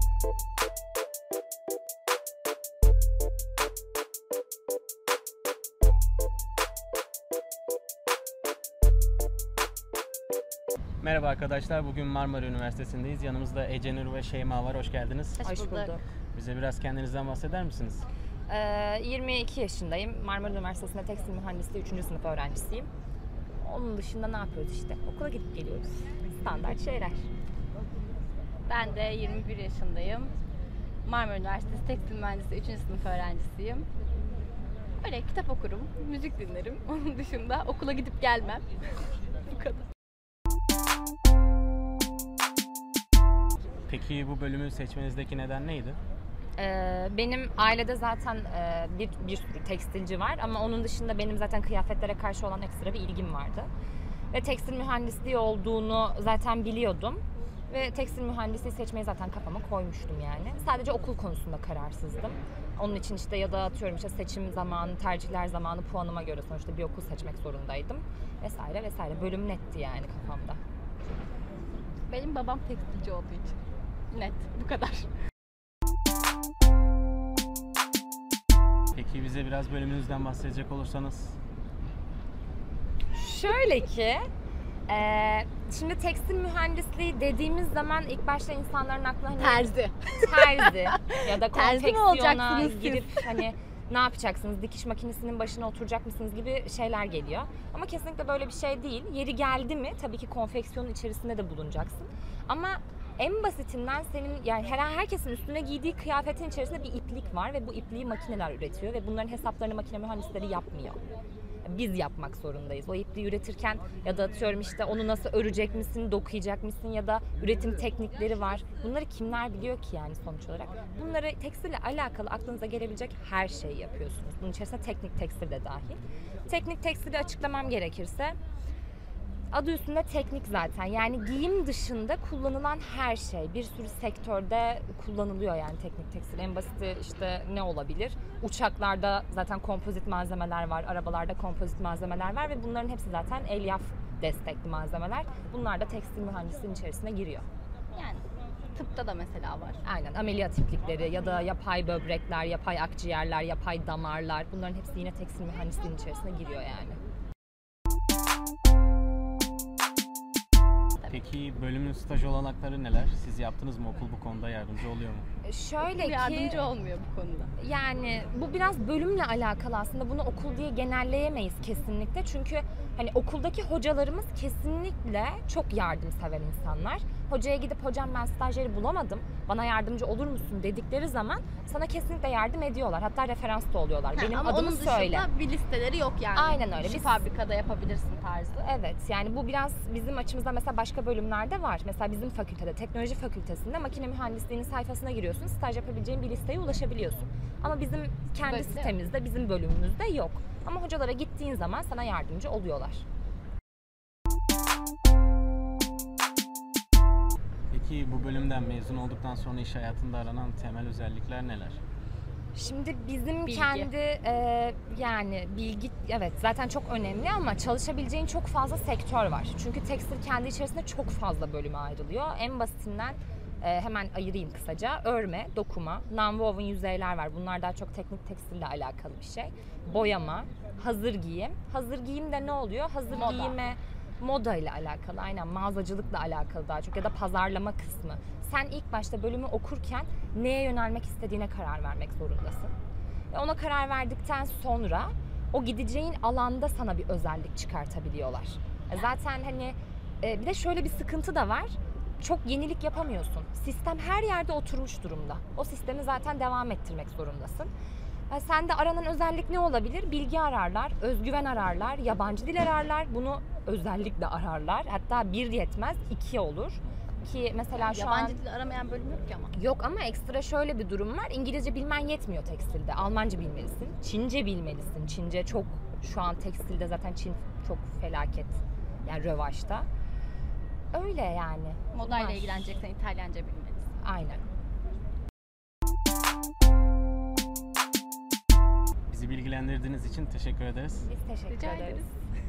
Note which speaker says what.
Speaker 1: Merhaba arkadaşlar, bugün Marmara Üniversitesi'ndeyiz. Yanımızda Ecenur ve Şeyma var, hoş geldiniz.
Speaker 2: Hoş bulduk.
Speaker 1: Bize biraz kendinizden bahseder misiniz?
Speaker 2: 22 yaşındayım. Marmara Üniversitesi'nde tekstil mühendisliği 3. sınıf öğrencisiyim. Onun dışında ne yapıyoruz işte? Okula gidip geliyoruz. Standart şeyler.
Speaker 3: Ben de 21 yaşındayım. Marmara Üniversitesi Tekstil Mühendisliği 3. sınıf öğrencisiyim. Öyle kitap okurum, müzik dinlerim. Onun dışında okula gidip gelmem. Bu kadar.
Speaker 1: Peki bu bölümü seçmenizdeki neden neydi?
Speaker 2: Benim ailede zaten bir sürü tekstilci var ama onun dışında benim zaten kıyafetlere karşı olan ekstra bir ilgim vardı. Ve tekstil mühendisliği olduğunu zaten biliyordum. Ve tekstil mühendisliği seçmeyi zaten kafama koymuştum yani. Sadece okul konusunda kararsızdım. Onun için işte ya da atıyorum işte seçim zamanı, tercihler zamanı puanıma göre sonuçta bir okul seçmek zorundaydım. Vesaire vesaire. Bölüm netti yani kafamda.
Speaker 3: Benim babam tekstilci olduğu için. Net, bu kadar.
Speaker 1: Peki bize biraz bölümünüzden bahsedecek olursanız?
Speaker 2: Şöyle ki, şimdi tekstil mühendisliği dediğimiz zaman ilk başta insanların aklına hani
Speaker 3: Terzi.
Speaker 2: terzi ya da
Speaker 3: Terzi mi
Speaker 2: konfeksiyona
Speaker 3: olacaksınız siz?
Speaker 2: girip hani ne yapacaksınız, dikiş makinesinin başına oturacak mısınız gibi şeyler geliyor. Ama kesinlikle böyle bir şey değil. Yeri geldi mi tabii ki konfeksiyonun içerisinde de bulunacaksın. Ama en basitinden senin yani herkesin üstüne giydiği kıyafetin içerisinde bir iplik var ve bu ipliği makineler üretiyor ve bunların hesaplarını makine mühendisleri yapmıyor. Biz yapmak zorundayız. O ipliği üretirken ya da atıyorum işte onu nasıl örecek misin, dokuyacak mısın ya da üretim teknikleri var. Bunları kimler biliyor ki yani sonuç olarak? Bunları tekstille alakalı aklınıza gelebilecek her şeyi yapıyorsunuz. Bunun içerisinde teknik tekstil de dahil. Teknik tekstili açıklamam gerekirse adı üstünde teknik zaten. Yani giyim dışında kullanılan her şey. Bir sürü sektörde kullanılıyor yani teknik tekstil. En basiti işte ne olabilir? Uçaklarda zaten kompozit malzemeler var. Arabalarda kompozit malzemeler var ve bunların hepsi zaten elyaf destekli malzemeler. Bunlar da tekstil mühendisliğinin içerisine giriyor.
Speaker 3: Yani tıpta da mesela var.
Speaker 2: Aynen, ameliyat iplikleri ya da yapay böbrekler, yapay akciğerler, yapay damarlar. Bunların hepsi yine tekstil mühendisliğinin içerisine giriyor yani.
Speaker 1: Peki bölümün staj olanakları neler? Siz yaptınız mı? Okul bu konuda yardımcı oluyor mu?
Speaker 2: Şöyle ki
Speaker 3: Yardımcı olmuyor bu konuda.
Speaker 2: yani bu biraz bölümle alakalı aslında. Bunu okul diye genelleyemeyiz kesinlikle. Çünkü hani okuldaki hocalarımız kesinlikle çok yardımsever insanlar. Hocaya gidip hocam ben stajyeri bulamadım, bana yardımcı olur musun dedikleri zaman sana kesinlikle yardım ediyorlar. Hatta referans da oluyorlar. Benim
Speaker 3: ama
Speaker 2: adımı
Speaker 3: onun dışında
Speaker 2: söyle.
Speaker 3: bir listeleri yok yani.
Speaker 2: Aynen öyle.
Speaker 3: Şu
Speaker 2: Biz-
Speaker 3: fabrikada yapabilirsin tarzı.
Speaker 2: Evet yani bu biraz bizim açımızdan mesela başka bölümlerde var. Mesela bizim fakültede, teknoloji fakültesinde makine mühendisliğinin sayfasına giriyorsun. Staj yapabileceğin bir listeye ulaşabiliyorsun. Ama bizim kendi
Speaker 3: Böyle
Speaker 2: sitemizde, bizim bölümümüzde yok. Ama hocalara gittiğin zaman sana yardımcı oluyorlar.
Speaker 1: Peki bu bölümden mezun olduktan sonra iş hayatında aranan temel özellikler neler?
Speaker 2: Şimdi bizim
Speaker 3: Bilgi.
Speaker 2: kendi yani bilgi evet zaten çok önemli ama çalışabileceğin çok fazla sektör var. Çünkü tekstil kendi içerisinde çok fazla bölüme ayrılıyor. En basitinden hemen ayırayım kısaca. Örme, dokuma, nonwoven yüzeyler var. Bunlar daha çok teknik tekstille alakalı bir şey. Boyama, hazır giyim. Hazır giyim de ne oluyor? Hazır
Speaker 3: Moda.
Speaker 2: giyime moda ile alakalı, aynen mağazacılıkla alakalı daha çok ya da pazarlama kısmı. Sen ilk başta bölümü okurken neye yönelmek istediğine karar vermek zorundasın. Ve ona karar verdikten sonra o gideceğin alanda sana bir özellik çıkartabiliyorlar. Zaten hani bir de şöyle bir sıkıntı da var. Çok yenilik yapamıyorsun. Sistem her yerde oturmuş durumda. O sistemi zaten devam ettirmek zorundasın. Sende aranan özellik ne olabilir? Bilgi ararlar, özgüven ararlar, yabancı dil ararlar. Bunu özellikle ararlar. Hatta bir yetmez, iki olur. Ki mesela şu
Speaker 3: Yabancı dil aramayan bölüm yok ki ama.
Speaker 2: Yok ama ekstra şöyle bir durum var. İngilizce bilmen yetmiyor tekstilde. Almanca bilmelisin. Çince bilmelisin. Çince çok şu an tekstilde zaten Çin çok felaket. Yani rövaşta. Öyle yani.
Speaker 3: Modayla
Speaker 2: Bunlar.
Speaker 3: ilgileneceksen İtalyanca bilmelisin.
Speaker 2: Aynen.
Speaker 1: Bizi bilgilendirdiğiniz için teşekkür ederiz.
Speaker 2: Biz teşekkür
Speaker 3: Rica
Speaker 2: ederiz.
Speaker 3: ederiz.